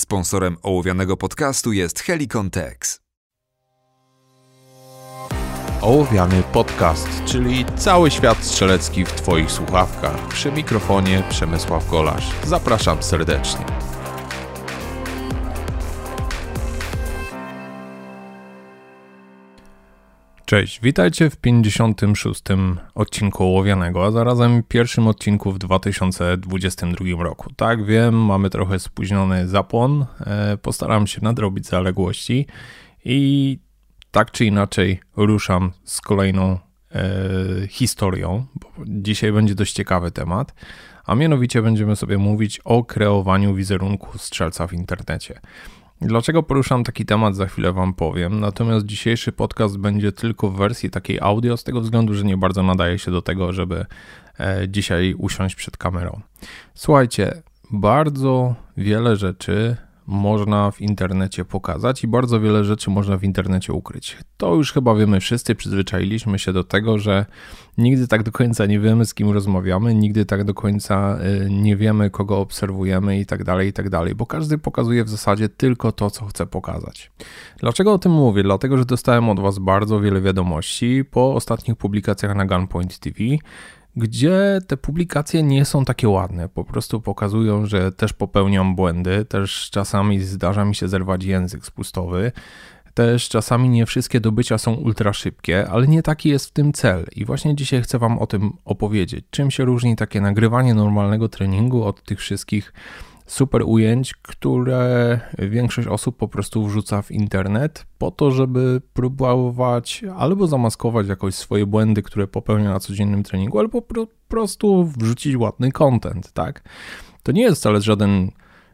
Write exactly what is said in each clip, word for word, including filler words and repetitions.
Sponsorem ołowianego podcastu jest Helikon Tex. Ołowiany podcast, czyli cały świat strzelecki w Twoich słuchawkach. Przy mikrofonie Przemysław Golasz. Zapraszam serdecznie. Cześć, witajcie w pięćdziesiątym szóstym odcinku Ołowianego, a zarazem pierwszym odcinku w dwa tysiące dwudziestym drugim roku. Tak, wiem, mamy trochę spóźniony zapłon, e, postaram się nadrobić zaległości i tak czy inaczej ruszam z kolejną e, historią, bo dzisiaj będzie dość ciekawy temat, a mianowicie będziemy sobie mówić o kreowaniu wizerunku strzelca w internecie. Dlaczego poruszam taki temat, za chwilę Wam powiem, natomiast dzisiejszy podcast będzie tylko w wersji takiej audio, z tego względu, że nie bardzo nadaje się do tego, żeby e, dzisiaj usiąść przed kamerą. Słuchajcie, bardzo wiele rzeczy można w internecie pokazać i bardzo wiele rzeczy można w internecie ukryć. To już chyba wiemy wszyscy, przyzwyczailiśmy się do tego, że nigdy tak do końca nie wiemy, z kim rozmawiamy, nigdy tak do końca nie wiemy, kogo obserwujemy i tak dalej, i tak dalej, bo każdy pokazuje w zasadzie tylko to, co chce pokazać. Dlaczego o tym mówię? Dlatego, że dostałem od Was bardzo wiele wiadomości po ostatnich publikacjach na Gunpoint T V, gdzie te publikacje nie są takie ładne, po prostu pokazują, że też popełniam błędy, też czasami zdarza mi się zerwać język spustowy, też czasami nie wszystkie dobycia są ultra szybkie, ale nie taki jest w tym cel i właśnie dzisiaj chcę Wam o tym opowiedzieć, czym się różni takie nagrywanie normalnego treningu od tych wszystkich super ujęć, które większość osób po prostu wrzuca w internet po to, żeby próbować albo zamaskować jakoś swoje błędy, które popełnia na codziennym treningu, albo po prostu wrzucić ładny content, tak? To nie jest wcale żaden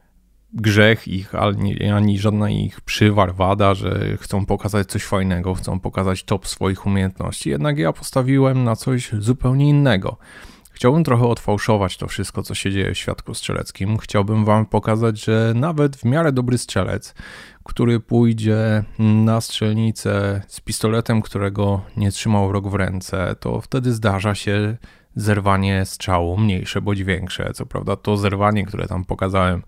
grzech ich, ani, ani żadna ich przywar, wada, że chcą pokazać coś fajnego, chcą pokazać top swoich umiejętności, jednak ja postawiłem na coś zupełnie innego. Chciałbym trochę odfałszować to wszystko, co się dzieje w świadku strzeleckim. Chciałbym Wam pokazać, że nawet w miarę dobry strzelec, który pójdzie na strzelnicę z pistoletem, którego nie trzymał rok w ręce, to wtedy zdarza się zerwanie strzału, mniejsze bądź większe. Co prawda to zerwanie, które tam pokazałem,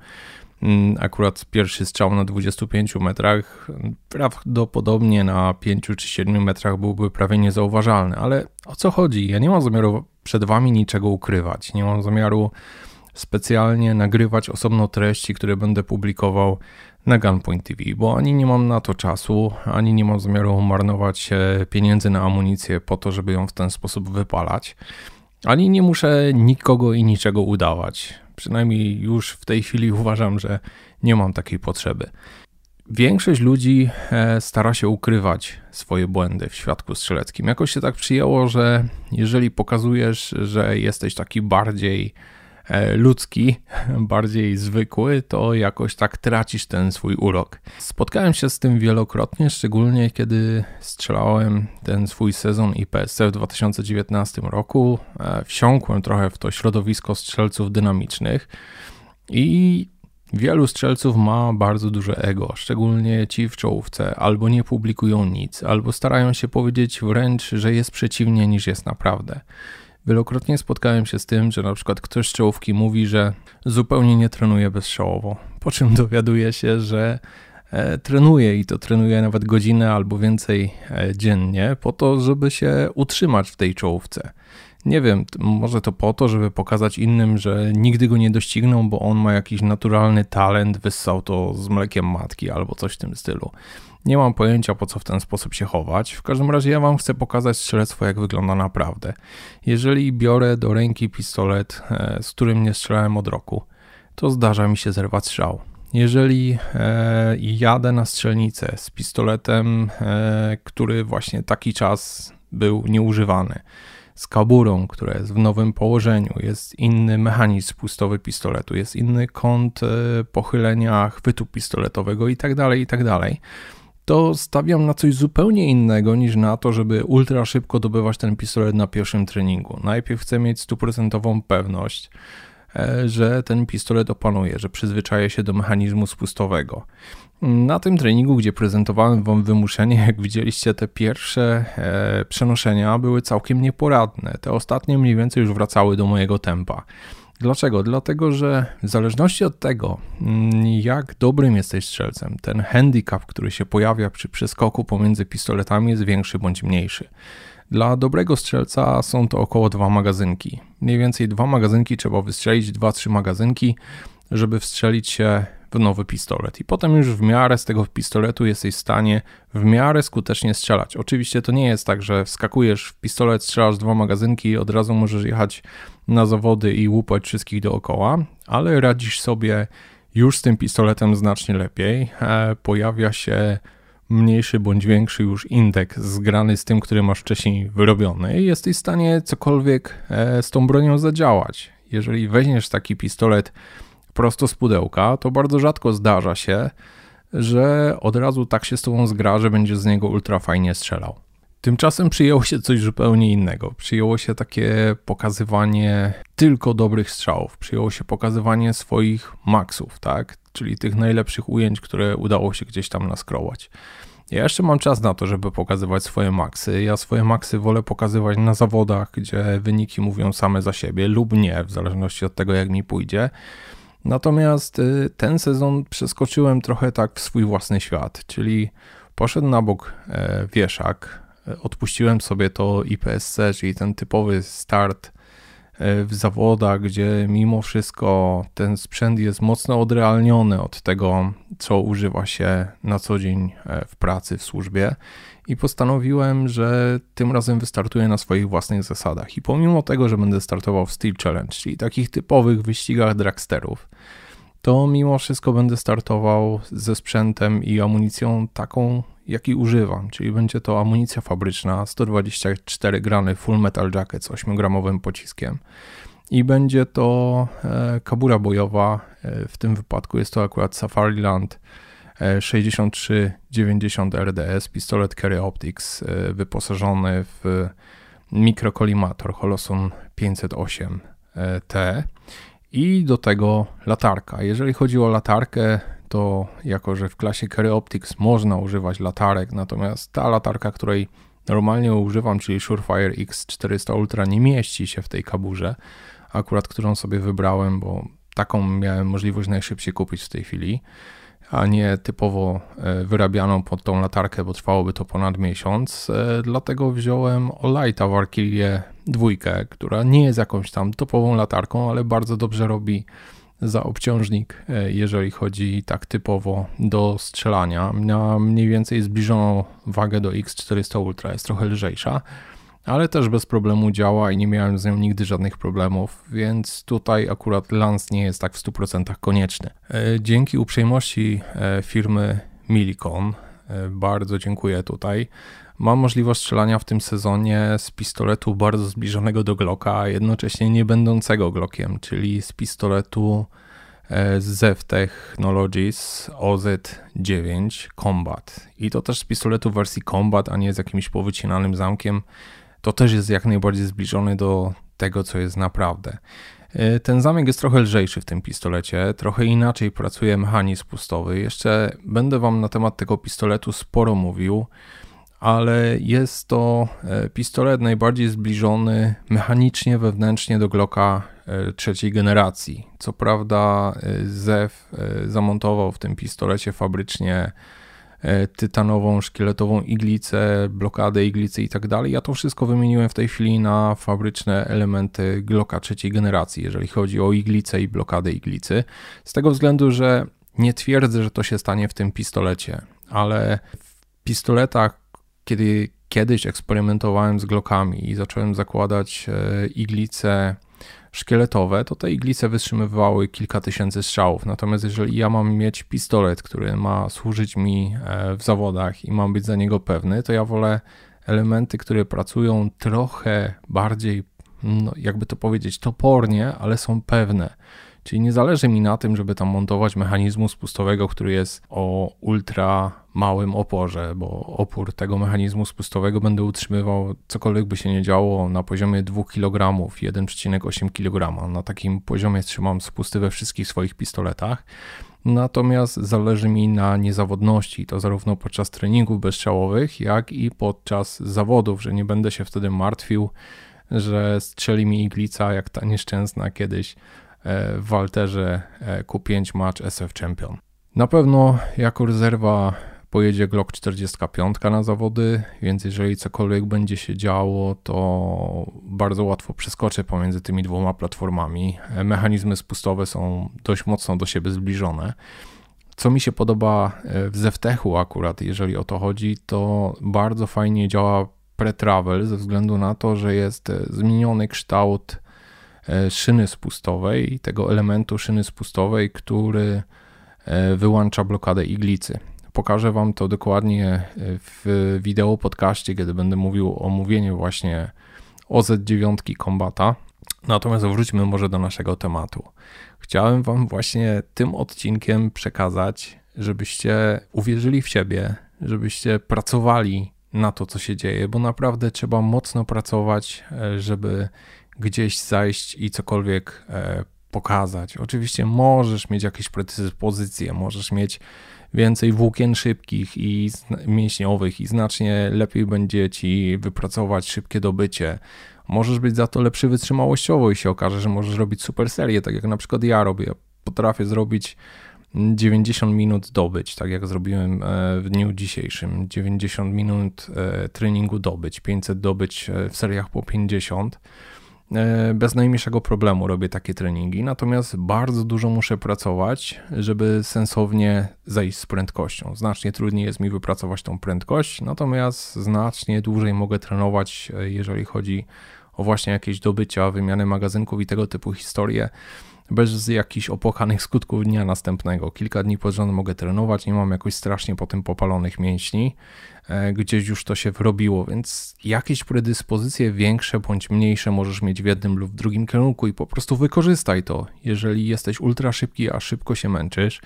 akurat pierwszy strzał na dwudziestu pięciu metrach, prawdopodobnie na pięciu czy siedmiu metrach byłby prawie niezauważalny, ale o co chodzi? Ja nie mam zamiaru przed Wami niczego ukrywać, nie mam zamiaru specjalnie nagrywać osobno treści, które będę publikował na Gunpoint T V, bo ani nie mam na to czasu, ani nie mam zamiaru marnować pieniędzy na amunicję po to, żeby ją w ten sposób wypalać, ani nie muszę nikogo i niczego udawać. Przynajmniej już w tej chwili uważam, że nie mam takiej potrzeby. Większość ludzi stara się ukrywać swoje błędy w świadku strzeleckim. Jakoś się tak przyjęło, że jeżeli pokazujesz, że jesteś taki bardziej ludzki, bardziej zwykły, to jakoś tak tracisz ten swój urok. Spotkałem się z tym wielokrotnie, szczególnie kiedy strzelałem ten swój sezon I P S C w dwa tysiące dziewiętnastym roku. Wsiąkłem trochę w to środowisko strzelców dynamicznych i wielu strzelców ma bardzo duże ego, szczególnie ci w czołówce, albo nie publikują nic, albo starają się powiedzieć wręcz, że jest przeciwnie niż jest naprawdę. Wielokrotnie spotkałem się z tym, że na przykład ktoś z czołówki mówi, że zupełnie nie trenuje bezstrzałowo, po czym dowiaduje się, że e, trenuje i to trenuje nawet godzinę albo więcej e, dziennie po to, żeby się utrzymać w tej czołówce. Nie wiem, może to po to, żeby pokazać innym, że nigdy go nie dościgną, bo on ma jakiś naturalny talent, wyssał to z mlekiem matki albo coś w tym stylu. Nie mam pojęcia, po co w ten sposób się chować. W każdym razie ja Wam chcę pokazać strzelectwo, jak wygląda naprawdę. Jeżeli biorę do ręki pistolet, z którym nie strzelałem od roku, to zdarza mi się zerwać strzał. Jeżeli e, jadę na strzelnicę z pistoletem, e, który właśnie taki czas był nieużywany, z kaburą, która jest w nowym położeniu, jest inny mechanizm spustowy pistoletu, jest inny kąt e, pochylenia chwytu pistoletowego i tak dalej, i tak dalej, to stawiam na coś zupełnie innego niż na to, żeby ultra szybko dobywać ten pistolet na pierwszym treningu. Najpierw chcę mieć stuprocentową pewność, że ten pistolet opanuje, że przyzwyczaja się do mechanizmu spustowego. Na tym treningu, gdzie prezentowałem Wam wymuszenie, jak widzieliście, te pierwsze e, przenoszenia były całkiem nieporadne. Te ostatnie mniej więcej już wracały do mojego tempa. Dlaczego? Dlatego, że w zależności od tego, jak dobrym jesteś strzelcem, ten handicap, który się pojawia przy przeskoku pomiędzy pistoletami, jest większy bądź mniejszy. Dla dobrego strzelca są to około dwa magazynki. Mniej więcej dwa magazynki trzeba wystrzelić, dwa, trzy magazynki, żeby wstrzelić się w nowy pistolet. I potem już w miarę z tego pistoletu jesteś w stanie w miarę skutecznie strzelać. Oczywiście to nie jest tak, że wskakujesz w pistolet, strzelasz dwa magazynki i od razu możesz jechać na zawody i łupać wszystkich dookoła, ale radzisz sobie już z tym pistoletem znacznie lepiej. E, pojawia się mniejszy bądź większy już indeks zgrany z tym, który masz wcześniej wyrobiony i jesteś w stanie cokolwiek e, z tą bronią zadziałać. Jeżeli weźmiesz taki pistolet prosto z pudełka, to bardzo rzadko zdarza się, że od razu tak się z tobą zgra, że będziesz z niego ultra fajnie strzelał. Tymczasem przyjęło się coś zupełnie innego. Przyjęło się takie pokazywanie tylko dobrych strzałów. Przyjęło się pokazywanie swoich maksów, tak? Czyli tych najlepszych ujęć, które udało się gdzieś tam naskrołać. Ja jeszcze mam czas na to, żeby pokazywać swoje maksy. Ja swoje maksy wolę pokazywać na zawodach, gdzie wyniki mówią same za siebie lub nie, w zależności od tego, jak mi pójdzie. Natomiast ten sezon przeskoczyłem trochę tak w swój własny świat, czyli poszedł na bok wieszak, odpuściłem sobie to I P S C, czyli ten typowy start w zawodach, gdzie mimo wszystko ten sprzęt jest mocno odrealniony od tego, co używa się na co dzień w pracy, w służbie i postanowiłem, że tym razem wystartuję na swoich własnych zasadach i pomimo tego, że będę startował w Steel Challenge, czyli takich typowych wyścigach dragsterów, to mimo wszystko będę startował ze sprzętem i amunicją taką, jaki używam, czyli będzie to amunicja fabryczna, sto dwadzieścia cztery grany Full Metal Jacket z ośmiogramowym pociskiem i będzie to e, kabura bojowa, e, w tym wypadku jest to akurat Safariland e, sześćdziesiąt trzy dziewięćdziesiąt R D S, pistolet Carry Optics e, wyposażony w mikrokolimator Holosun pięćset osiem T i do tego latarka. Jeżeli chodzi o latarkę, to jako, że w klasie Carry Optics można używać latarek, natomiast ta latarka, której normalnie używam, czyli Surefire X czterysta Ultra, nie mieści się w tej kaburze, akurat którą sobie wybrałem, bo taką miałem możliwość najszybciej kupić w tej chwili, a nie typowo wyrabianą pod tą latarkę, bo trwałoby to ponad miesiąc, dlatego wziąłem Olighta Valkyrie dwójkę, która nie jest jakąś tam topową latarką, ale bardzo dobrze robi za obciążnik, jeżeli chodzi tak typowo do strzelania. Miała mniej więcej zbliżoną wagę do X czterysta Ultra, jest trochę lżejsza, ale też bez problemu działa i nie miałem z nią nigdy żadnych problemów, więc tutaj akurat lans nie jest tak w stu procentach konieczny. Dzięki uprzejmości firmy Milikon, bardzo dziękuję tutaj, mam możliwość strzelania w tym sezonie z pistoletu bardzo zbliżonego do Glocka, a jednocześnie nie będącego Glockiem, czyli z pistoletu Zew Technologies O Z dziewięć Combat. I to też z pistoletu w wersji Combat, a nie z jakimś powycinanym zamkiem. To też jest jak najbardziej zbliżony do tego, co jest naprawdę. Ten zamek jest trochę lżejszy w tym pistolecie, trochę inaczej pracuje mechanizm pustowy. Jeszcze będę Wam na temat tego pistoletu sporo mówił, ale jest to pistolet najbardziej zbliżony mechanicznie, wewnętrznie do Glocka trzeciej generacji. Co prawda Zew zamontował w tym pistolecie fabrycznie tytanową, szkieletową iglicę, blokadę iglicy i tak dalej. Ja to wszystko wymieniłem w tej chwili na fabryczne elementy Glocka trzeciej generacji, jeżeli chodzi o iglicę i blokadę iglicy. Z tego względu, że nie twierdzę, że to się stanie w tym pistolecie, ale w pistoletach, kiedy kiedyś eksperymentowałem z Glockami i zacząłem zakładać iglice szkieletowe, to te iglice wytrzymywały kilka tysięcy strzałów. Natomiast jeżeli ja mam mieć pistolet, który ma służyć mi w zawodach i mam być za niego pewny, to ja wolę elementy, które pracują trochę bardziej, no jakby to powiedzieć, topornie, ale są pewne. Czyli nie zależy mi na tym, żeby tam montować mechanizmu spustowego, który jest o ultra małym oporze, bo opór tego mechanizmu spustowego będę utrzymywał, cokolwiek by się nie działo, na poziomie dwa kilogramy, jeden przecinek osiem kilograma. Na takim poziomie trzymam spusty we wszystkich swoich pistoletach. Natomiast zależy mi na niezawodności, to zarówno podczas treningów bezstrzałowych, jak i podczas zawodów, że nie będę się wtedy martwił, że strzeli mi iglica jak ta nieszczęsna kiedyś w Walterze Q pięć Match S F Champion. Na pewno jako rezerwa pojedzie Glock czterdzieści pięć na zawody, więc jeżeli cokolwiek będzie się działo, to bardzo łatwo przeskoczę pomiędzy tymi dwoma platformami. Mechanizmy spustowe są dość mocno do siebie zbliżone. Co mi się podoba w Zeftechu akurat, jeżeli o to chodzi, to bardzo fajnie działa pre-travel ze względu na to, że jest zmieniony kształt szyny spustowej, tego elementu szyny spustowej, który wyłącza blokadę iglicy. Pokażę Wam to dokładnie w wideo podcaście, kiedy będę mówił o omówieniu właśnie O Z dziewięć Combata. Natomiast wróćmy może do naszego tematu. Chciałem Wam właśnie tym odcinkiem przekazać, żebyście uwierzyli w siebie, żebyście pracowali na to, co się dzieje, bo naprawdę trzeba mocno pracować, żeby gdzieś zajść i cokolwiek pokazać. Oczywiście możesz mieć jakieś predyspozycje, możesz mieć więcej włókien szybkich i mięśniowych i znacznie lepiej będzie Ci wypracować szybkie dobycie. Możesz być za to lepszy wytrzymałościowo i się okaże, że możesz robić super serię, tak jak na przykład ja robię. Potrafię zrobić dziewięćdziesiąt minut dobyć, tak jak zrobiłem w dniu dzisiejszym. dziewięćdziesiąt minut treningu dobyć, pięćset dobyć w seriach po pięćdziesiąt. Bez najmniejszego problemu robię takie treningi, natomiast bardzo dużo muszę pracować, żeby sensownie zejść z prędkością. Znacznie trudniej jest mi wypracować tą prędkość, natomiast znacznie dłużej mogę trenować, jeżeli chodzi o właśnie jakieś dobycia, wymiany magazynków i tego typu historie, bez jakichś opłakanych skutków dnia następnego. Kilka dni pod rząd mogę trenować, nie mam jakoś strasznie potem popalonych mięśni, gdzieś już to się wrobiło, więc jakieś predyspozycje większe bądź mniejsze możesz mieć w jednym lub w drugim kierunku i po prostu wykorzystaj to. Jeżeli jesteś ultra szybki, a szybko się męczysz,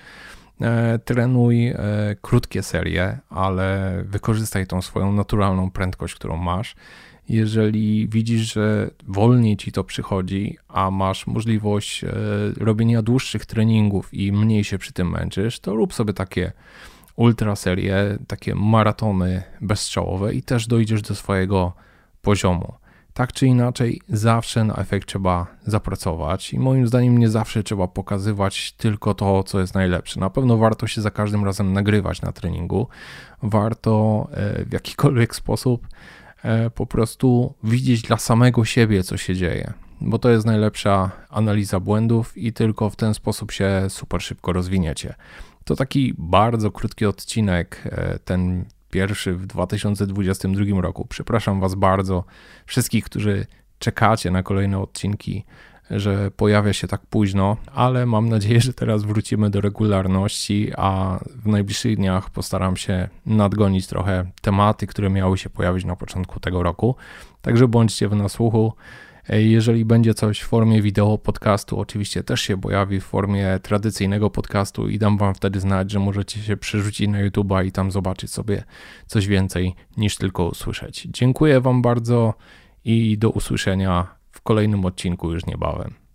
trenuj krótkie serie, ale wykorzystaj tą swoją naturalną prędkość, którą masz. Jeżeli widzisz, że wolniej Ci to przychodzi, a masz możliwość robienia dłuższych treningów i mniej się przy tym męczysz, to rób sobie takie ultra serie, takie maratony bezstrzałowe i też dojdziesz do swojego poziomu. Tak czy inaczej, zawsze na efekt trzeba zapracować i moim zdaniem nie zawsze trzeba pokazywać tylko to, co jest najlepsze. Na pewno warto się za każdym razem nagrywać na treningu, warto w jakikolwiek sposób po prostu widzieć dla samego siebie, co się dzieje, bo to jest najlepsza analiza błędów i tylko w ten sposób się super szybko rozwiniecie. To taki bardzo krótki odcinek, ten pierwszy w dwa tysiące dwudziestym drugim roku. Przepraszam Was bardzo, wszystkich, którzy czekacie na kolejne odcinki, że pojawia się tak późno, ale mam nadzieję, że teraz wrócimy do regularności, a w najbliższych dniach postaram się nadgonić trochę tematy, które miały się pojawić na początku tego roku. Także bądźcie w nasłuchu. Jeżeli będzie coś w formie wideo podcastu, oczywiście też się pojawi w formie tradycyjnego podcastu i dam Wam wtedy znać, że możecie się przerzucić na YouTube'a i tam zobaczyć sobie coś więcej niż tylko usłyszeć. Dziękuję Wam bardzo i do usłyszenia w kolejnym odcinku już niebawem.